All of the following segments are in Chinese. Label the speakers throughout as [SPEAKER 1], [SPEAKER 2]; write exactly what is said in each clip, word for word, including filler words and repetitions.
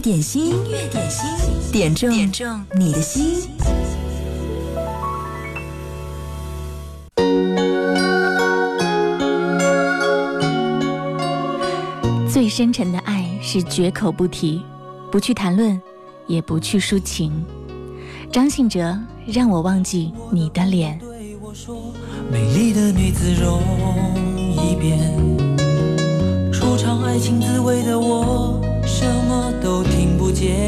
[SPEAKER 1] 点心，音乐点心，点中点中你的心。
[SPEAKER 2] 最深沉的爱是绝口不提，不去谈论，也不去抒情。张信哲，让我忘记你的脸。
[SPEAKER 3] 美丽的女子容一遍，初尝爱情滋味的我什么都听不见。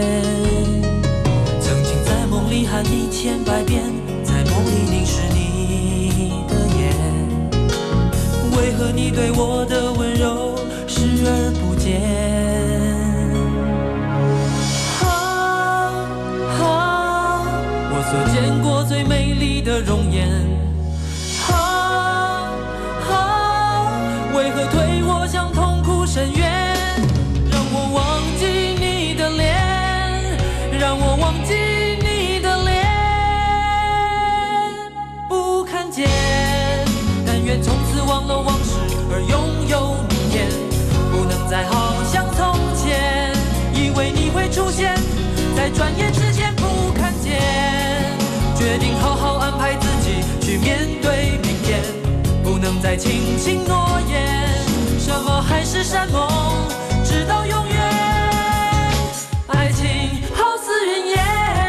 [SPEAKER 3] 曾经在梦里喊你千百遍，在梦里凝视你的眼，为何你对我的温柔视而不见？啊啊，我所见过最美丽的容颜，啊啊，为何推我向痛苦深渊？让我忘记你的脸，让我忘记你的脸，不看见。但愿从此忘了往事，而拥有明天，不能再好像从前，以为你会出现在转眼之间，不看见。决定好好安排自己去面对明天，不能再轻轻诺言，什么海誓山盟直到永远，爱情好似云烟。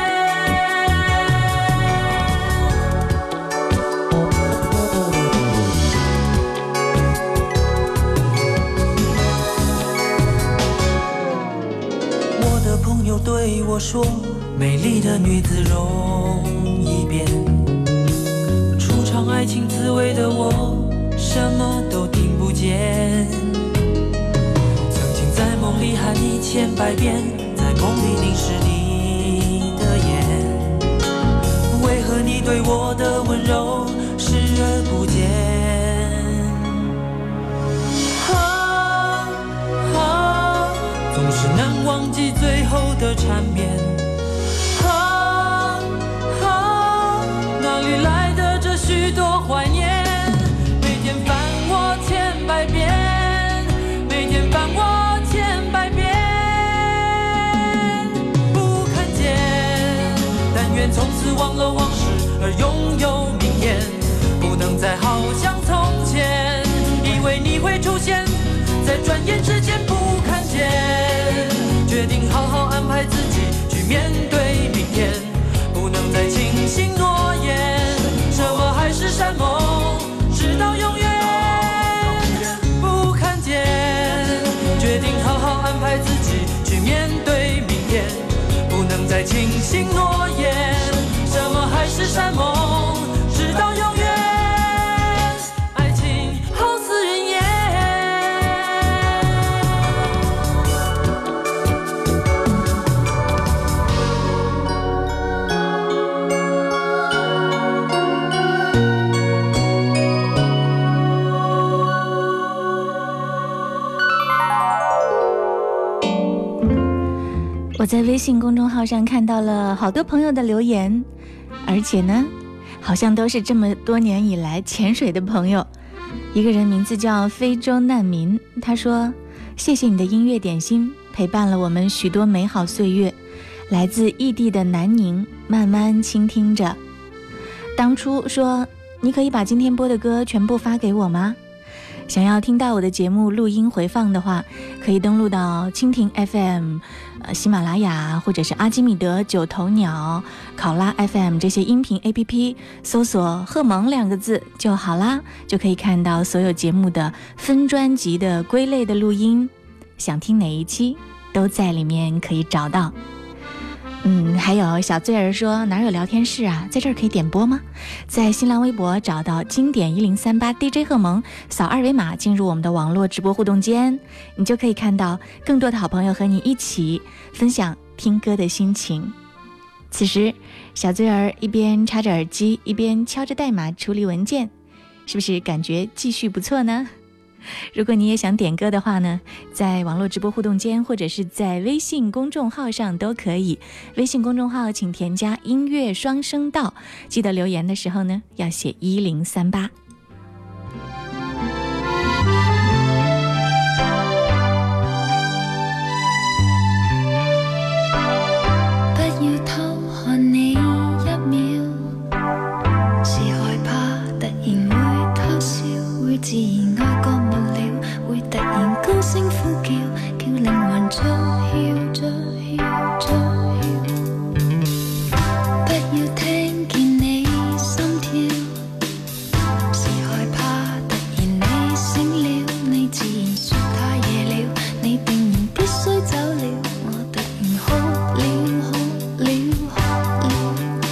[SPEAKER 3] 我的朋友对我说，美丽的女子容易变，初尝爱情滋味的我什么都听不见。曾经在梦里喊你千百遍，在梦里凝视你的眼，为何你对我的温柔视而不见？啊啊，总是难忘记最后的缠绵。啊啊，哪里来的这许多怀念？每天烦我千百遍，每天烦我千百遍，不看见。但愿从此忘了往事，而拥有明天，不能再好像从前，以为你会出现在转眼之间，不看见。决定好好安排自己去面对明天，不能再轻信诺言，什么海誓山盟直到永远，不看见。决定好好安排自己去面对明天，不能再轻信诺言，什么海誓山盟直到永远，爱情好似云烟。
[SPEAKER 2] 我在微信公众号上看到了好多朋友的留言，而且呢好像都是这么多年以来潜水的朋友。一个人名字叫非洲难民，他说谢谢你的音乐点心，陪伴了我们许多美好岁月，来自异地的南宁，慢慢倾听着。当初说你可以把今天播的歌全部发给我吗？想要听到我的节目录音回放的话，可以登录到蜻蜓 F M、呃、喜马拉雅或者是阿基米德、九头鸟、考拉 F M 这些音频 A P P， 搜索贺蒙两个字就好啦，就可以看到所有节目的分专辑的归类的录音，想听哪一期都在里面可以找到。嗯，还有小醉儿说哪有聊天室啊，在这儿可以点播吗？在新浪微博找到经典一零三八 D J 贺蒙，扫二维码进入我们的网络直播互动间，你就可以看到更多的好朋友和你一起分享听歌的心情。此时小醉儿一边插着耳机，一边敲着代码处理文件，是不是感觉继续不错呢？如果你也想点歌的话呢，在网络直播互动间或者是在微信公众号上都可以。微信公众号请添加音乐双声道，记得留言的时候呢要写一零三八。
[SPEAKER 4] 呼叫，叫靈魂出竅，出竅，出竅。不要聽見你心跳，是害怕突然你醒了，你自然說太夜了，你定然必須走了，我突然哭了，哭了，哭了。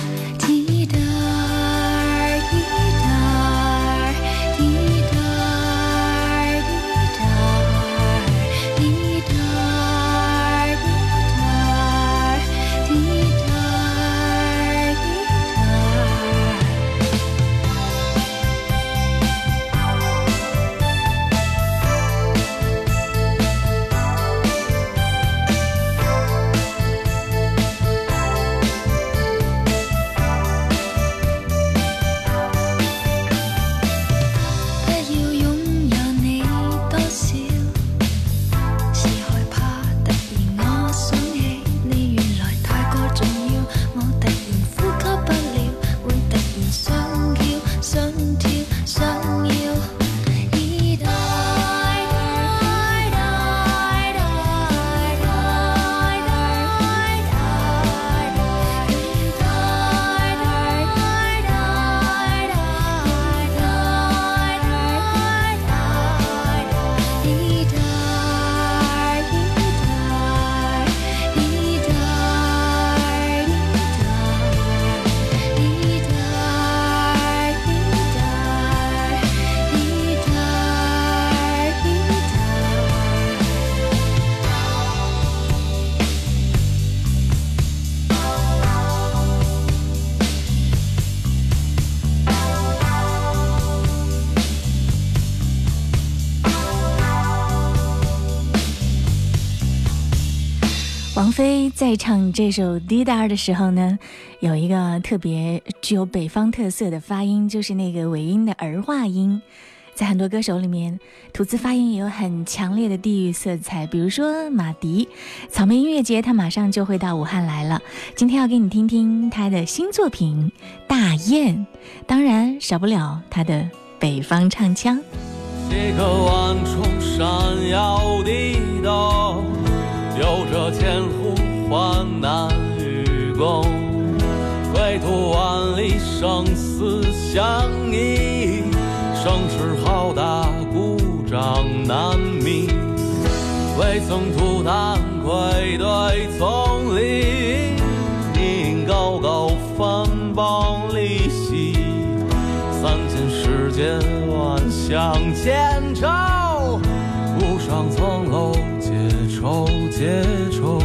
[SPEAKER 2] 王菲在唱这首《滴答》的时候呢，有一个特别具有北方特色的发音，就是那个尾音的儿化音。在很多歌手里面，吐字发音也有很强烈的地域色彩。比如说马迪，草莓音乐节他马上就会到武汉来了，今天要给你听听他的新作品《大雁》，当然少不了他的北方唱腔。
[SPEAKER 3] 几个万重山摇地动，有着千呼万难与共，归途万里生死相依，声势浩大鼓掌难鸣，未曾吐痰愧对丛林，因高高分崩离析，三千世间万象千愁，无上层楼结愁结愁。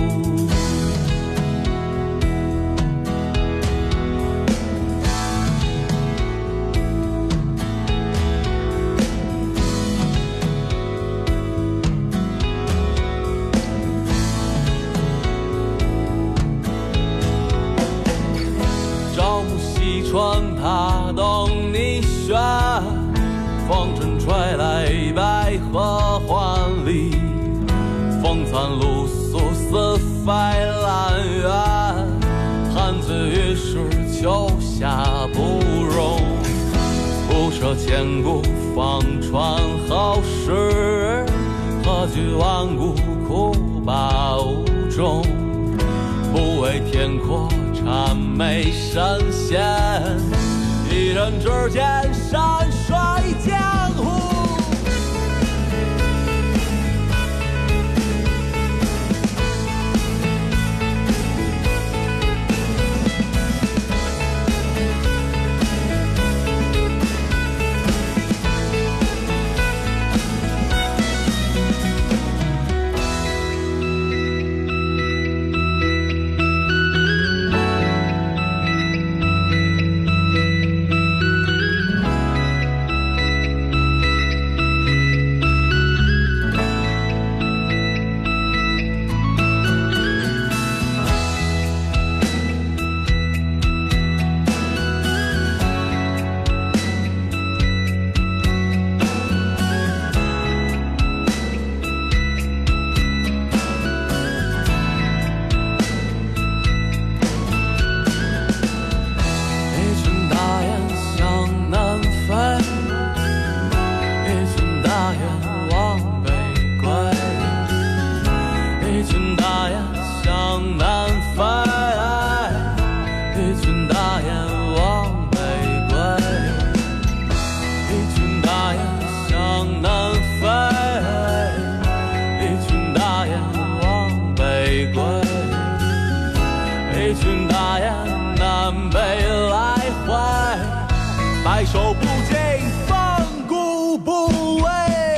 [SPEAKER 3] 朝暮西川踏动泥旋，风尘吹来百合还离，风餐露宿似飞兰园，汉子于是秋夏不容，不舍千古方传后世，何惧万古苦罢无终，不为天阔谄媚神仙，一人之间山水江湖。 一群大雁向南飞，一群大雁往北归，一群大雁向南飞，一群大雁往北归，一群大雁南北来回，白首不惊放骨不畏。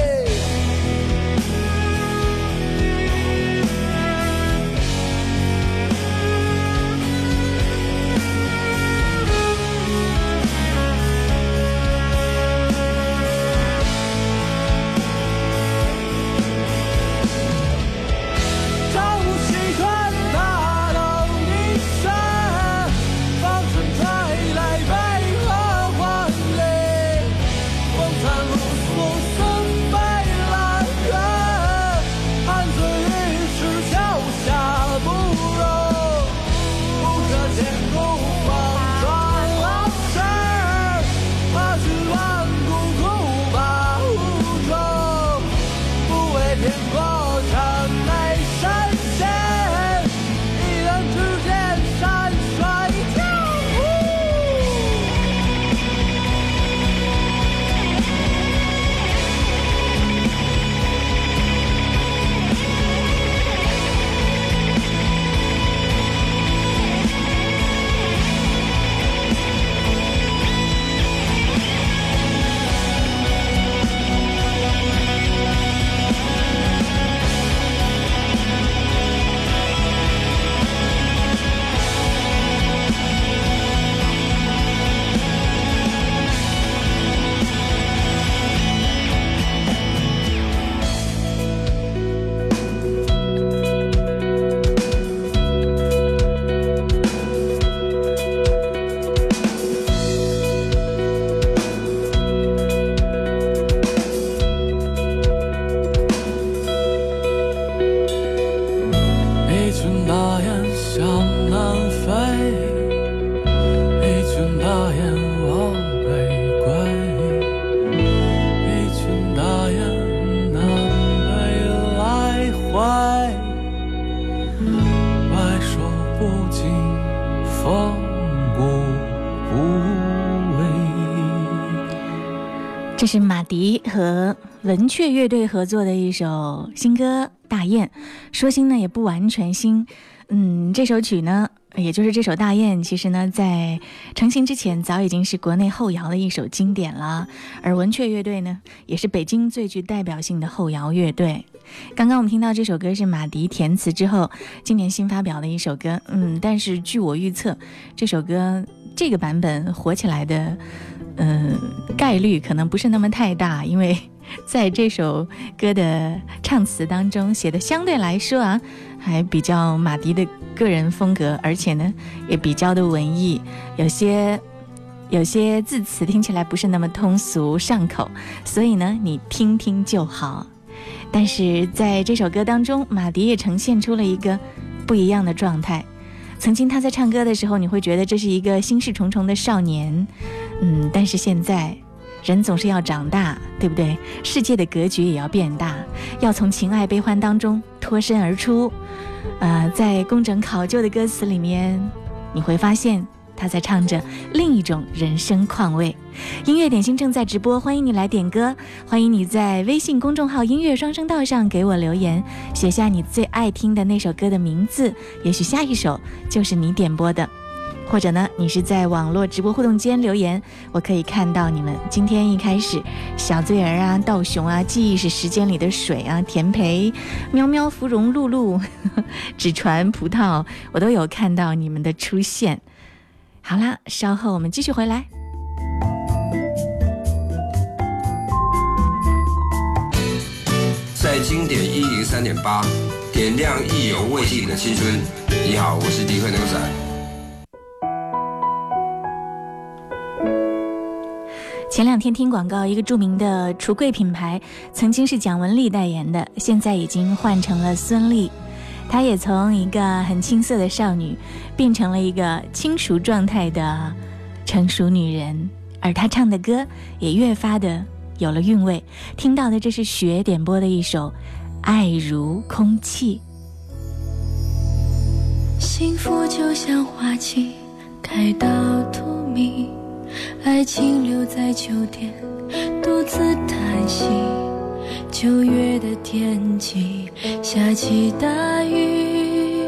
[SPEAKER 2] 这是马迪和文雀乐队合作的一首新歌《大雁》，说新呢也不完全新。嗯，这首曲呢，也就是这首《大雁》，其实呢在成型之前早已经是国内后摇的一首经典了。而文雀乐队呢，也是北京最具代表性的后摇乐队。刚刚我们听到这首歌是马迪填词之后今年新发表的一首歌，嗯，但是据我预测，这首歌这个版本火起来的嗯、呃，概率可能不是那么太大，因为在这首歌的唱词当中写的相对来说啊，还比较马迪的个人风格，而且呢也比较的文艺，有些有些字词听起来不是那么通俗上口，所以呢你听听就好。但是在这首歌当中，马迪也呈现出了一个不一样的状态。曾经他在唱歌的时候，你会觉得这是一个心事重重的少年，嗯，但是现在人总是要长大，对不对？世界的格局也要变大，要从情爱悲欢当中脱身而出。呃，在工整考究的歌词里面，你会发现他在唱着另一种人生况味。音乐点心正在直播，欢迎你来点歌，欢迎你在微信公众号音乐双声道上给我留言，写下你最爱听的那首歌的名字，也许下一首就是你点播的。或者呢，你是在网络直播互动间留言，我可以看到你们。今天一开始，小醉儿啊、道雄啊、记忆是时间里的水啊、田培、喵喵、芙蓉、露露、纸船、葡萄，我都有看到你们的出现。好啦，稍后我们继续回来。
[SPEAKER 5] 在经典一零三点八，点亮意犹未尽的青春。你好，我是迪克牛仔。
[SPEAKER 2] 前两天听广告，一个著名的橱柜品牌曾经是蒋雯丽代言的，现在已经换成了孙俪。她也从一个很青涩的少女变成了一个轻熟状态的成熟女人，而她唱的歌也越发的有了韵味。听到的这是雪点播的一首《爱如空气》。
[SPEAKER 4] 幸福就像花期开到荼蘼，爱情留在酒店独自叹息。九月的天气下起大雨，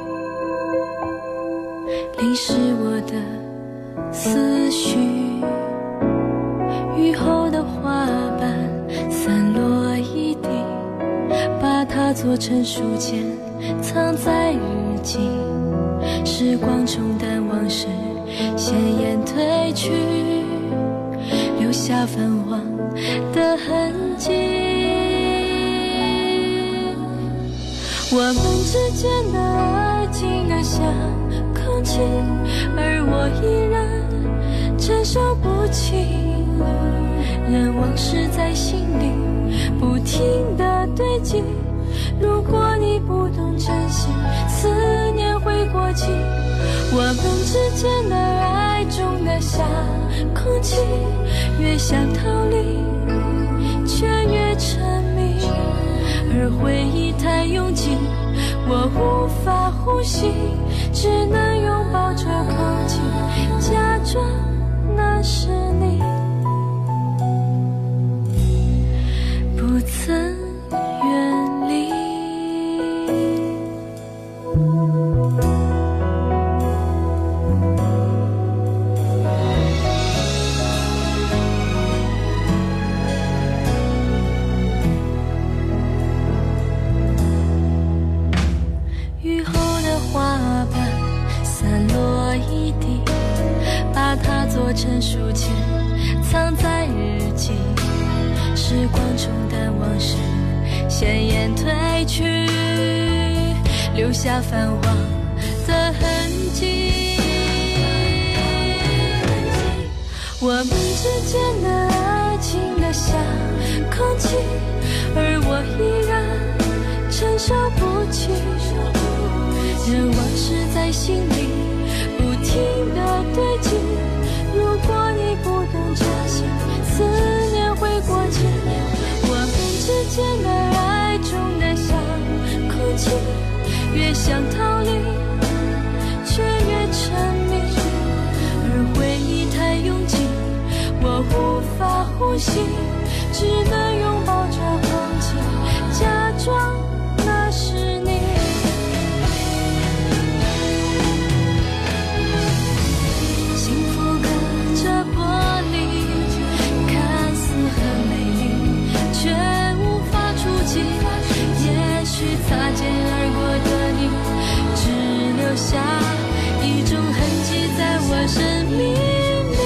[SPEAKER 4] 淋湿我的思绪。雨后的花瓣散落一地，把它做成书签藏在日记。时光冲淡往事，鲜艳褪去，留下泛黄的痕迹。我们之间的爱静得像空气，而我依然承受不起。任往事在心里不停地堆积，如果你不懂珍惜，思念会过期。我们之间的爱重得像空气，越想逃离却越沉迷，而回忆太拥挤，我无法呼吸，只能拥抱着空气，假装那是你，不曾远离。雨后的花瓣散落一地，把它做成书签藏在日记。时光冲淡往事，鲜艳褪去，留下泛黄的痕迹。我们之间的爱情得像空气，而我依然承受不起。任往事在心里不停地堆积，如果你不懂珍惜，思念会过期。我们之间的爱重得像空气，越想逃离却越沉迷，而回忆太拥挤，我无法呼吸，只能拥抱着空气，假装那是你。幸福隔着玻璃，看似很美丽，却无法触及。也许擦肩而过的你，只留下一种痕迹在我生命里。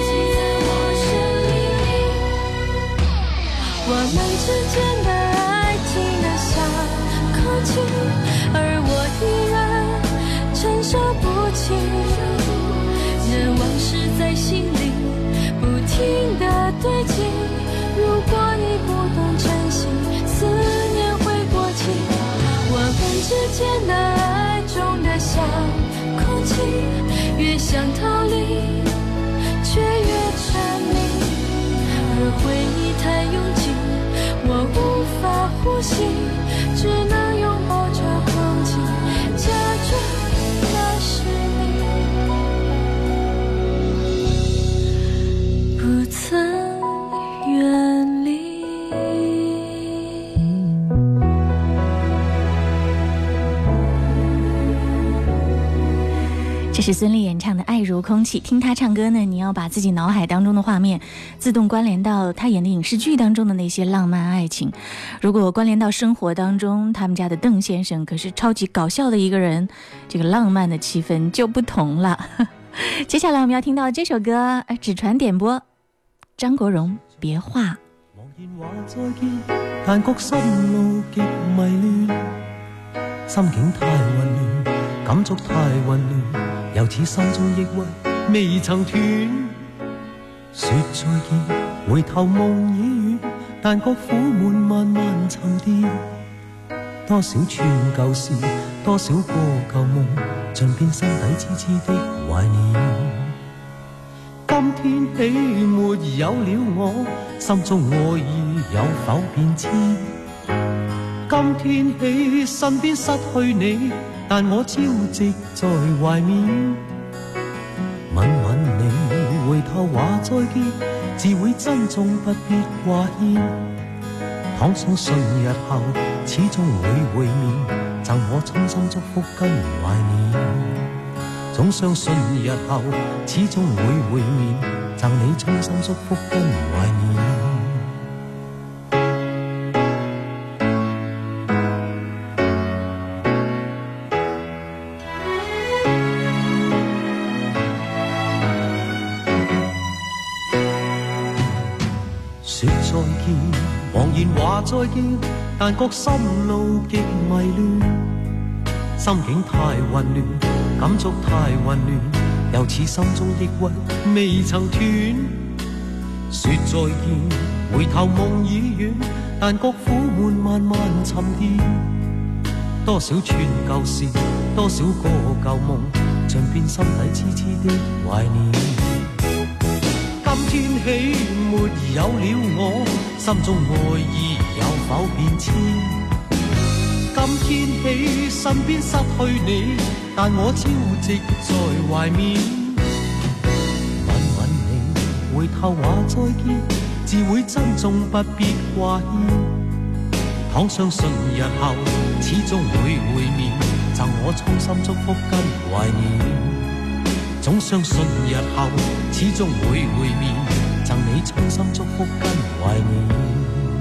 [SPEAKER 4] 我们之间的爱静得像空气，而我依然承受不起。任往事在心里不停地堆积，如果你不懂珍惜，思念会过期。我们之间的爱重得像空气，越想逃离却越沉迷，而回忆太拥挤，我无法呼吸，只能拥抱着空气，假装那是你，不曾远离。
[SPEAKER 2] 这是孙俪演唱的《爱如空气》。听她唱歌呢，你要把自己脑海当中的画面自动关联到她演的影视剧当中的那些浪漫爱情。如果关联到生活当中，他们家的邓先生可是超级搞笑的一个人，这个浪漫的气氛就不同了。接下来我们要听到这首歌，纸船点播，張國榮《別話》。
[SPEAKER 6] 茫然話再見，但覺心路極迷亂，心境太混亂，感觸太混亂，由此心中抑鬱未曾斷。說再見，回頭夢已遠，但覺苦悶慢慢沉澱。多少串舊事，多少個舊夢，盡變心底痴痴的懷念。今天起沒有了我，心中愛意有否變遷？今今天起身边失去你，但我朝夕在怀缅。吻吻你，回头话再见，自会珍重不必挂牵。倘相信日后始终会会面，赠我衷心祝福跟怀念。总相信日後始終會會面，贈你衷心祝福跟懷念。說再見，茫然話再見，但覺心路極迷亂，心境太混亂。感觸太混亂，又似心中抑鬱未曾斷。說再見，回頭夢已遠，但覺苦悶慢慢沉澱。多少串舊事，多少個舊夢，像變心底痴痴的懷念。今天起沒有了我，心中愛意有否變遷？今天起身邊失去你，但我朝夕在懷緬。吻吻你，回頭話再見，自會珍重不必掛牽。倘相信日後始終會會面，贈我衷心祝福跟懷念。總相信日後始終會會面，贈你衷心祝福跟懷念。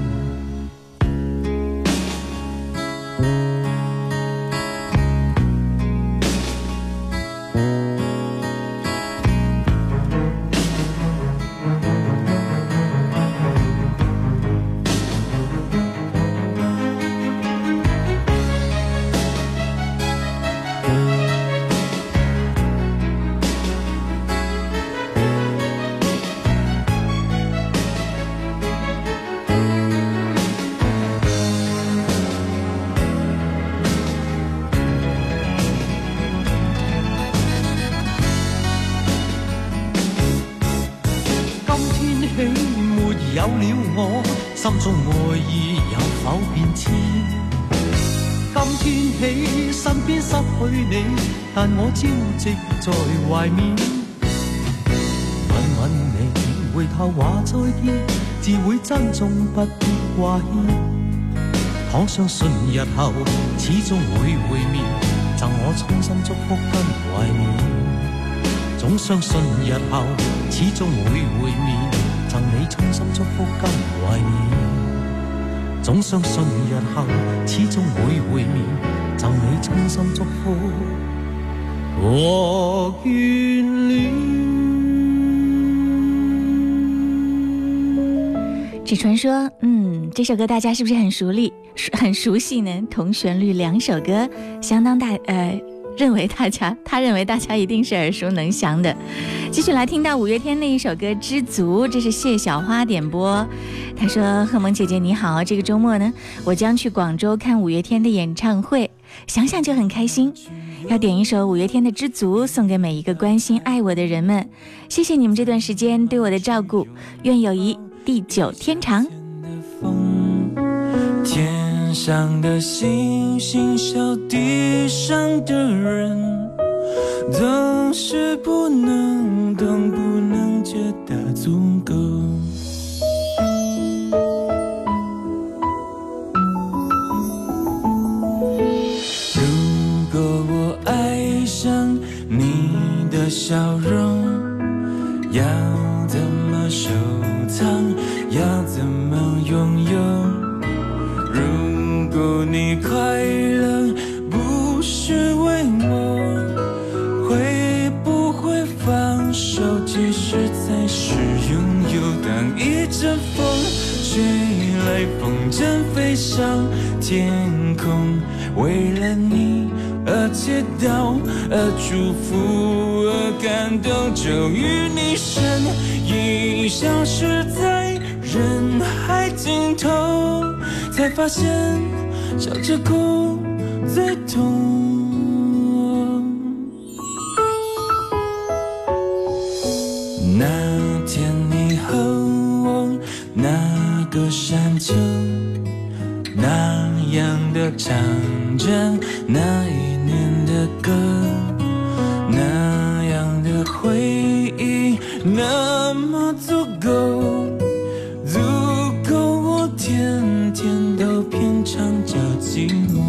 [SPEAKER 6] 有了我，心中愛意有否變遷？今天起身邊失去你，但我朝夕在懷緬。吻吻你，回頭話再見，自會珍重不必掛牽。倘相信日後始終會會面，贈我衷心祝福跟懷念。總相信日後始終會會面，贈你衷心祝福跟懷念。總相信日後始終會會面，贈你衷心祝福和眷戀。
[SPEAKER 2] 纸传说，嗯，这首歌大家是不是很熟悉？很熟悉呢？同旋律两首歌，相当大，呃。认为大家，他认为大家一定是耳熟能详的。继续来听到五月天那一首歌《知足》，这是谢小花点播。他说：“贺萌姐姐你好，这个周末呢，我将去广州看五月天的演唱会，想想就很开心。要点一首五月天的《知足》，送给每一个关心爱我的人们。谢谢你们这段时间对我的照顾，愿友谊地久天长。”
[SPEAKER 3] 天上的星星，小地上的人，都是不能懂，不能觉得足够。如果我爱上你的笑容，要怎么收藏，要怎么拥有？如果你快乐不是为我，会不会放手，即使才是拥有？当一阵风吹来，风筝飞上天空，为了你而祈祷，而祝福，而感动，就与你身影消失在人海尽头，才发现笑着哭最痛。那天你和我那个山丘，那样的听着那一年的歌，那样的回忆那么足够，足够我天天都品尝着寂寞。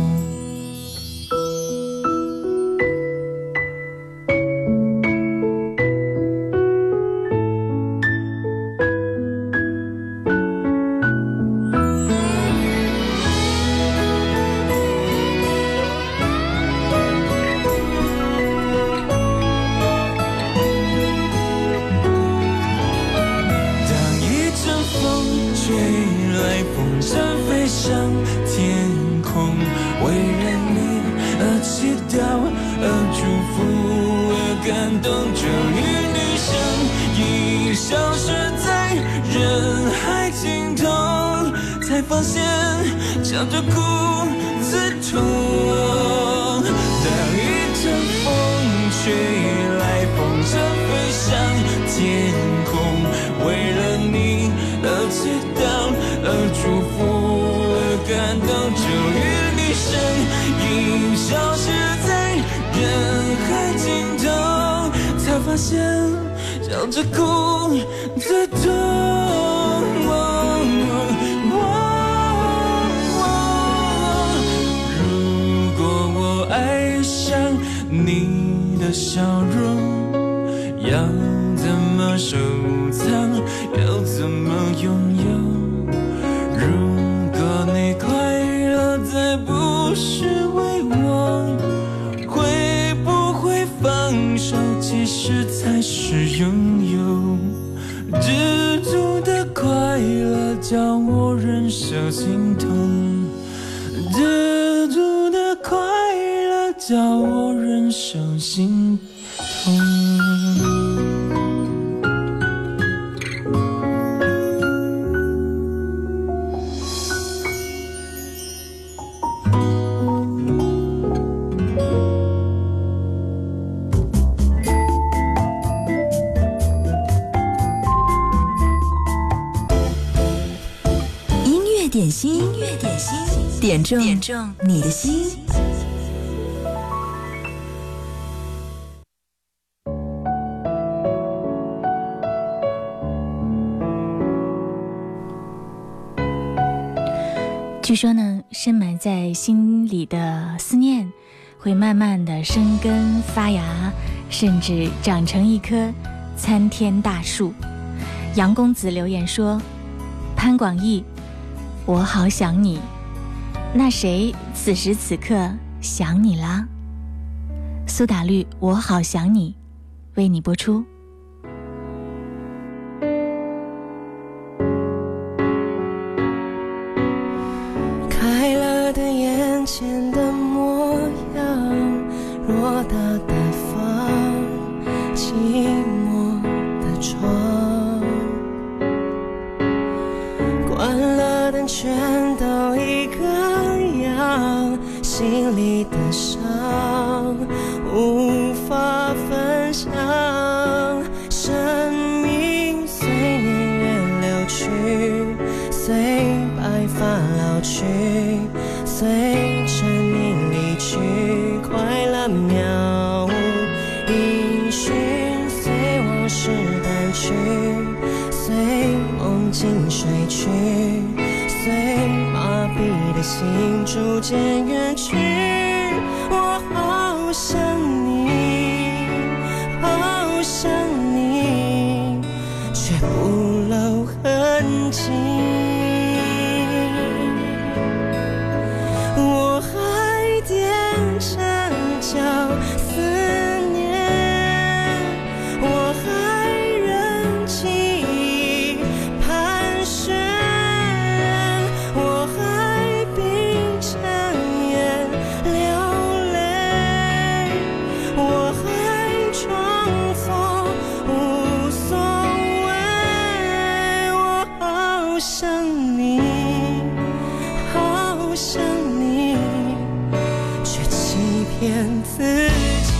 [SPEAKER 7] 发现笑着哭最痛。当一阵风吹来，风筝飞上天空，为了你而祈祷，而祝福，而感动，终于你身影消失在人海尽头，才发现笑着哭最痛。你的笑容要怎么收藏，要怎么拥有？如果你快乐再不是为我，会不会放手其实才是拥有？知足的快乐叫我忍受心痛，知足的快乐叫我忍受心痛。
[SPEAKER 1] 音乐点心，音乐点心，点中点中你的心。
[SPEAKER 2] 据说呢，深埋在心里的思念会慢慢的生根发芽，甚至长成一棵参天大树。杨公子留言说，潘广义，我好想你，那谁此时此刻想你啦？苏打绿，我好想你，为你播出。
[SPEAKER 8] 前的模样，偌大的房，寂寞的床，关了灯全都一个样，心里的伤无法分享，生命随年月流去，随白发老去，随生命离去，快乐渺无音讯，随往事淡去，随梦境睡去，随麻痹的心逐渐远去。我好想你，好想你，却不露痕迹。叫思念，我还忍气盘旋，我还闭着眼流泪，我还装作无所谓。我好想你，好想你，却欺骗自己。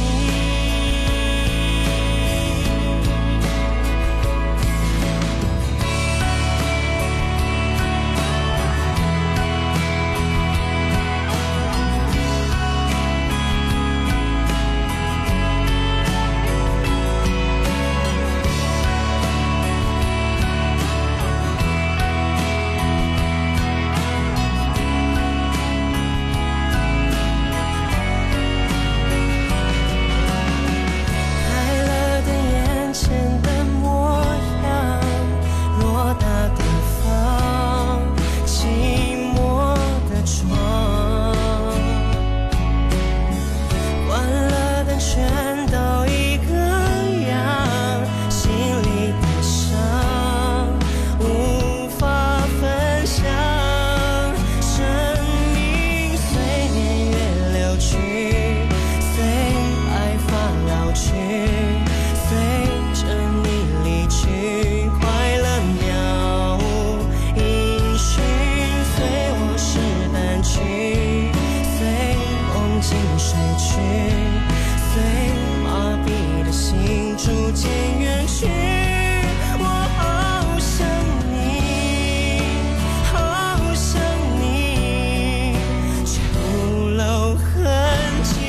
[SPEAKER 8] 心睡去，随麻痹的心逐渐远去。我好想你，好想你，却不露痕迹。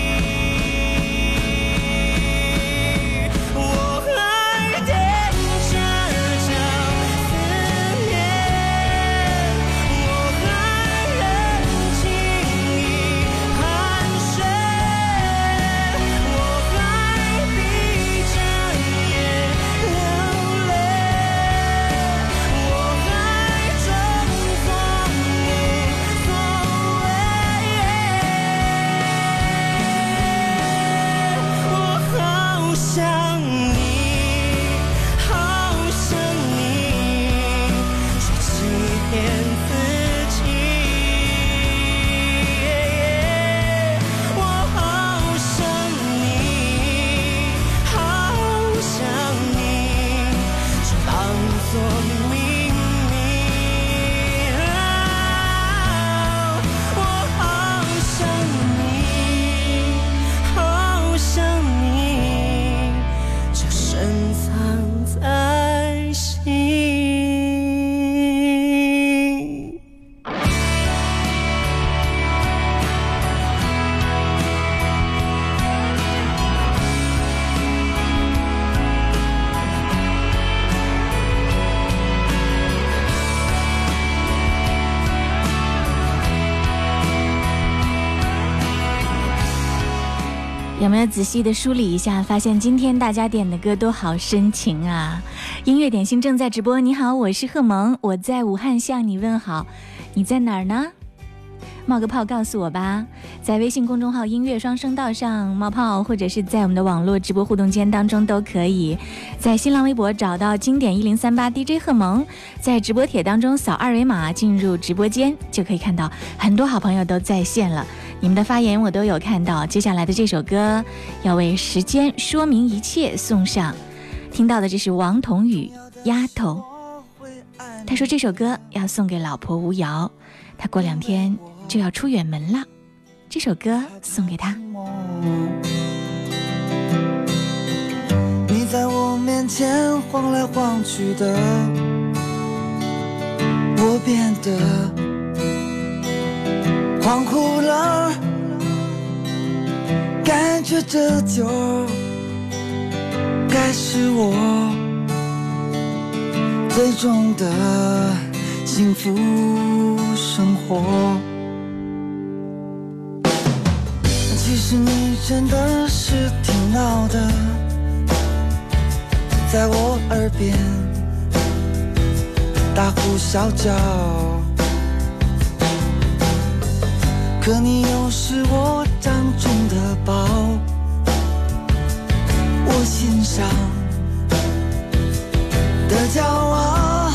[SPEAKER 8] 我还踮着脚思念，我还忍静一汗水，我还闭着眼流泪，我还装作无所谓。我好想你，好想你，却欺骗自己。我好想你，好想你，却当作秘密。我好想你，好想你，就深藏在心。
[SPEAKER 2] 有没有仔细的梳理一下，发现今天大家点的歌都好深情啊！音乐点心正在直播，你好，我是贺萌，我在武汉向你问好，你在哪儿呢？冒个泡告诉我吧，在微信公众号音乐双声道上冒泡，或者是在我们的网络直播互动间当中都可以。在新浪微博找到经典一零三八 D J 贺萌，在直播帖当中扫二维码进入直播间，就可以看到很多好朋友都在线了，你们的发言我都有看到。接下来的这首歌要为时间说明一切送上，听到的这是王彤宇丫头，他说这首歌要送给老婆吴瑶，他过两天就要出远门了，这首歌送给他。
[SPEAKER 9] 你在我面前晃来晃去的，我变得恍惚了，感觉这就该是我最终的幸福生活。其实你真的是挺闹的，在我耳边大呼小叫，可你又是我掌中的宝，我心上的骄傲，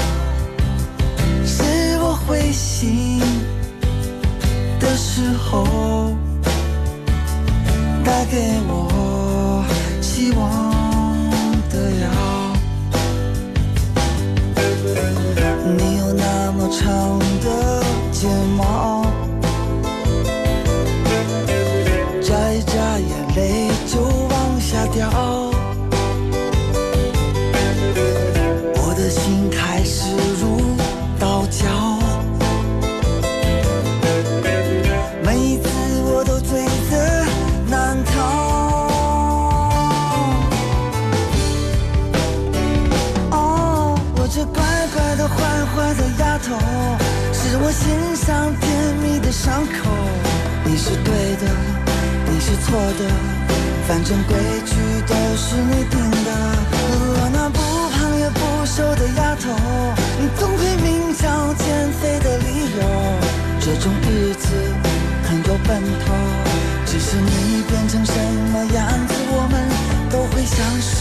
[SPEAKER 9] 是我灰心的时候带给我希望的药。你有那么长的睫毛，眨一眨眼泪就往下掉，我的心开始如刀绞，每一次我都罪责难逃。哦，我这乖乖的坏坏的丫头，是我心上甜蜜的伤口。你是对的，你是错的，反正规矩都是你定的。我那不胖也不瘦的丫头，你总会明找减肥的理由。这种日子很有奔头，只是你变成什么样子，我们都会享受。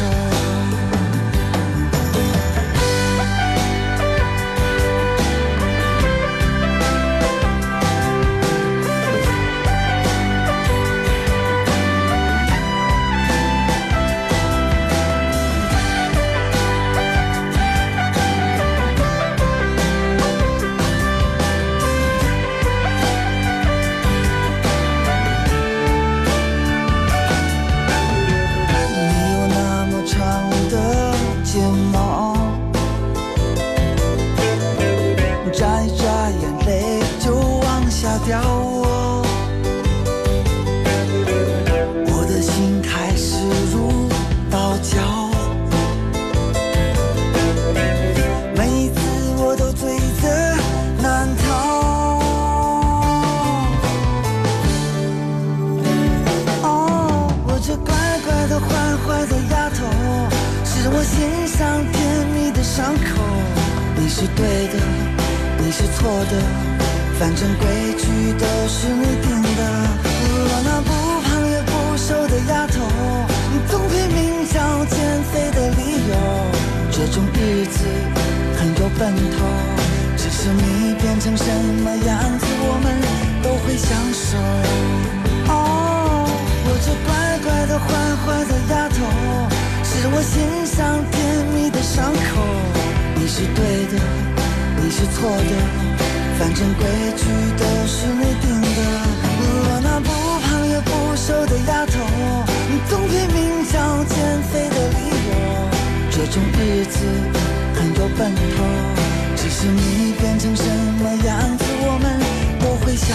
[SPEAKER 9] 坏的丫头，是我心上甜蜜的伤口。你是对的，你是错的，反正规矩都是你定的。我那不胖也不瘦的丫头，总拼命找减肥的理由。这种日子很有奔头，只是你变成什么样子，我们都会享受。哦，我这乖乖的坏坏的丫头，是我心上甜蜜的伤口。你是对的，你是错的，反正规矩都是你定的。我那不胖也不瘦的丫头，总拼命找减肥的理由。这种日子很有奔头，只是你变成什么样子，我们都会享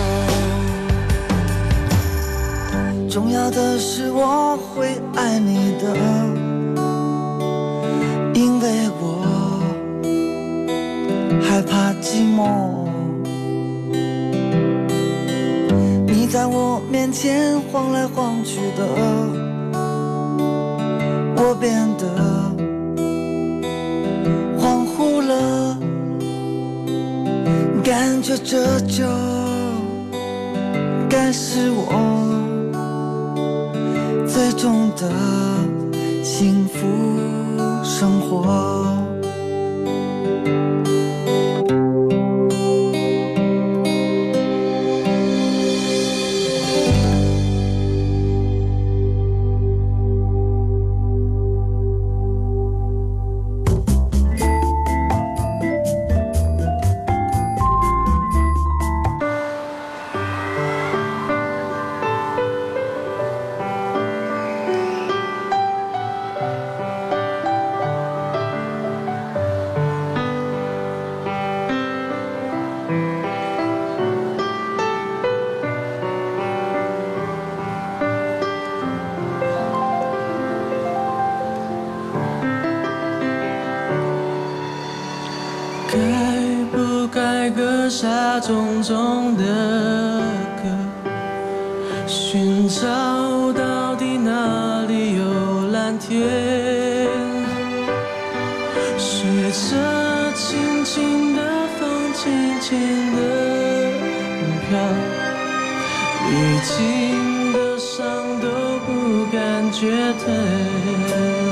[SPEAKER 9] 受。重要的是我会爱你的，因为我害怕寂寞。你在我面前晃来晃去的，我变得恍惚了，感觉这就该是我最终的幸福生活。
[SPEAKER 7] 下种种的歌，寻找到底哪里有蓝天，随着轻轻的风轻轻的飘，历经的伤都不感觉疼。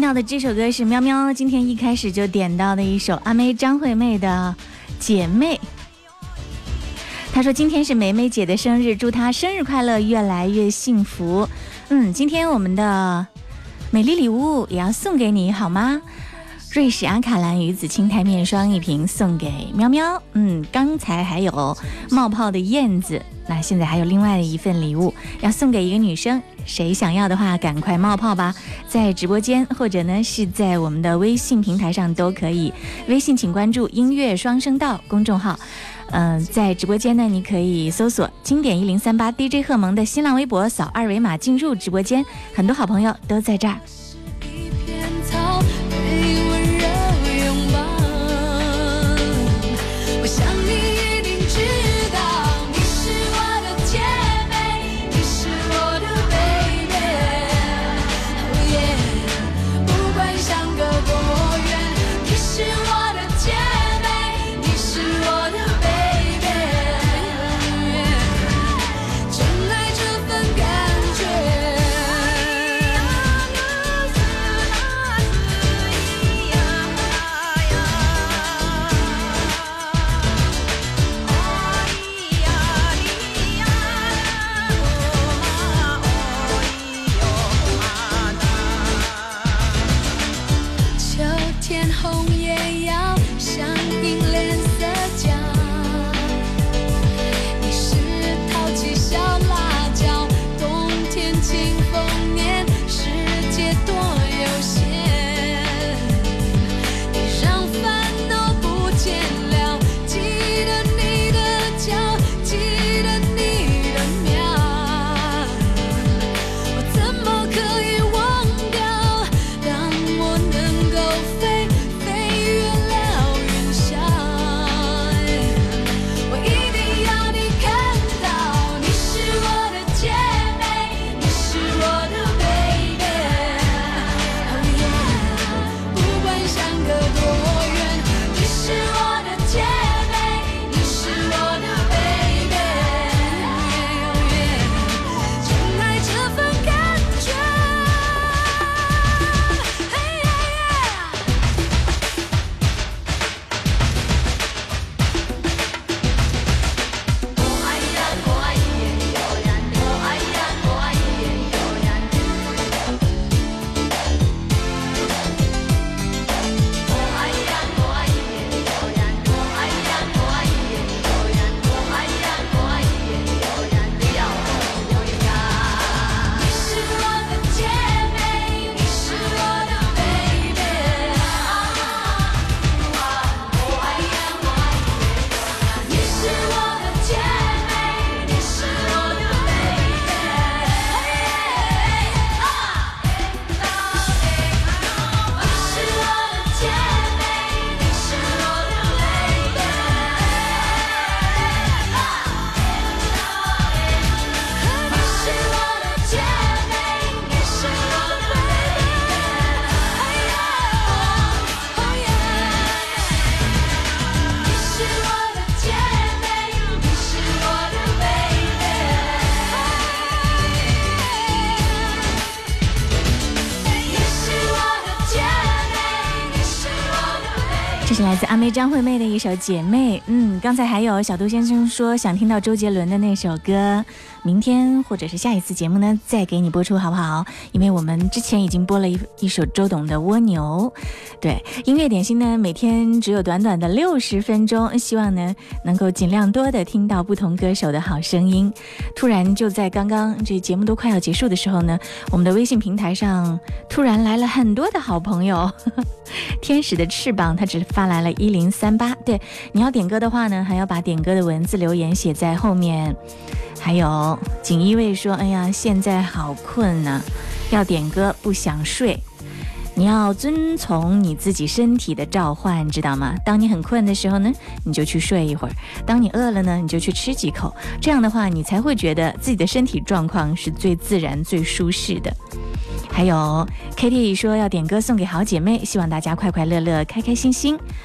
[SPEAKER 2] 到的这首歌是喵喵今天一开始就点到的一首阿妹张惠妹的姐妹。她说今天是梅梅姐的生日，祝她生日快乐，越来越幸福。嗯，今天我们的美丽礼物也要送给你好吗？瑞士阿卡兰鱼子青苔面霜一瓶送给喵喵。嗯，刚才还有冒泡的燕子，那现在还有另外的一份礼物要送给一个女生，谁想要的话赶快冒泡吧，在直播间或者呢是在我们的微信平台上都可以。微信请关注音乐双声道公众号，嗯、呃，在直播间呢你可以搜索经典一零三八 D J 贺蒙的新浪微博，扫二维码进入直播间，很多好朋友都在这儿。是来自阿妹张惠妹的一首《姐妹》。嗯，刚才还有小杜先生说想听到周杰伦的那首歌，明天或者是下一次节目呢再给你播出好不好？因为我们之前已经播了一一首周董的《蜗牛》。对，音乐点心呢每天只有短短的六十分钟，希望呢能够尽量多的听到不同歌手的好声音。突然就在刚刚这节目都快要结束的时候呢，我们的微信平台上突然来了很多的好朋友。天使的翅膀他只发来了一零三八，对，你要点歌的话呢还要把点歌的文字留言写在后面。还有锦衣卫说，哎呀现在好困啊，要点歌不想睡。你要遵从你自己身体的召唤，知道吗？当你很困的时候呢，你就去睡一会儿，当你饿了呢，你就去吃几口，这样的话你才会觉得自己的身体状况是最自然最舒适的。还有 Kitty 说要点歌送给好姐妹，希望大家快快乐乐开开心心。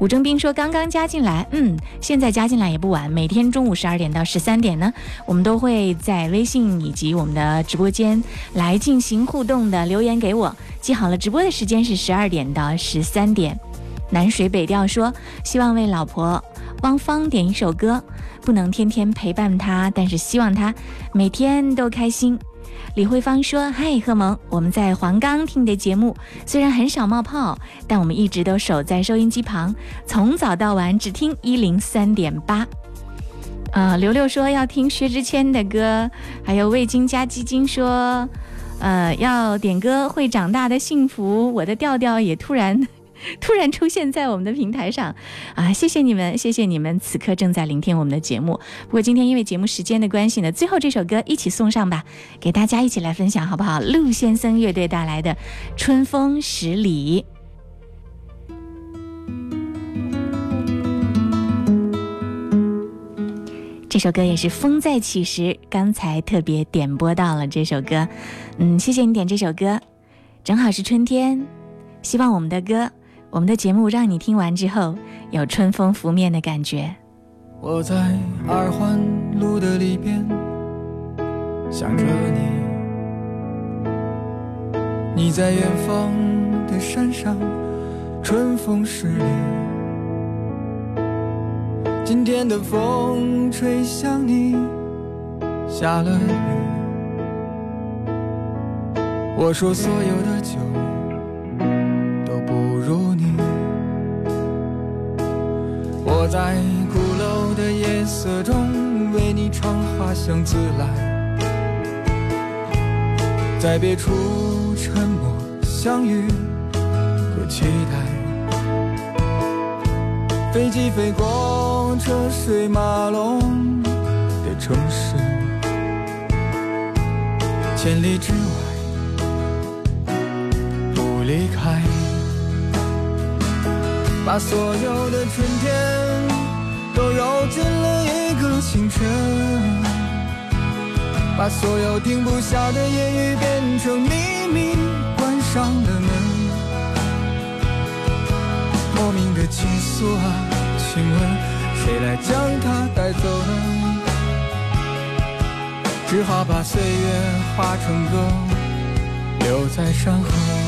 [SPEAKER 2] 武征兵说刚刚加进来，嗯，现在加进来也不晚。每天中午十二点到十三点呢，我们都会在微信以及我们的直播间来进行互动的，留言给我。记好了，直播的时间是十二点到十三点。南水北调说希望为老婆汪芳点一首歌，不能天天陪伴她，但是希望她每天都开心。李慧芳说嗨，贺萌，我们在黄冈听的节目虽然很少冒泡，但我们一直都守在收音机旁，从早到晚只听一零三点八。呃，刘六说要听薛之谦的歌，还有味精加鸡精说呃，要点歌会长大的幸福。我的调调也突然突然出现在我们的平台上啊！谢谢你们，谢谢你们，此刻正在聆听我们的节目。不过今天因为节目时间的关系呢，最后这首歌一起送上吧，给大家一起来分享好不好？陆先生乐队带来的《春风十里》。这首歌也是风再起时刚才特别点播到了这首歌，嗯，谢谢你点这首歌，正好是春天，希望我们的歌我们的节目让你听完之后有春风拂面的感觉。
[SPEAKER 7] 我在二环路的里边想着你，你在远方的山上，春风十里。今天的风吹向你，下了雨。我说所有的酒都不如你。我在鼓楼的夜色中为你唱花香自来，在别处沉默相遇和期待。飞机飞过车水马龙的城市，千里之外不离开。把所有的春天都揉进了一个清晨，把所有停不下的言语变成秘密，关上了门。莫名的情愫啊，请问谁来将它带走呢？只好把岁月化成歌，留在山河。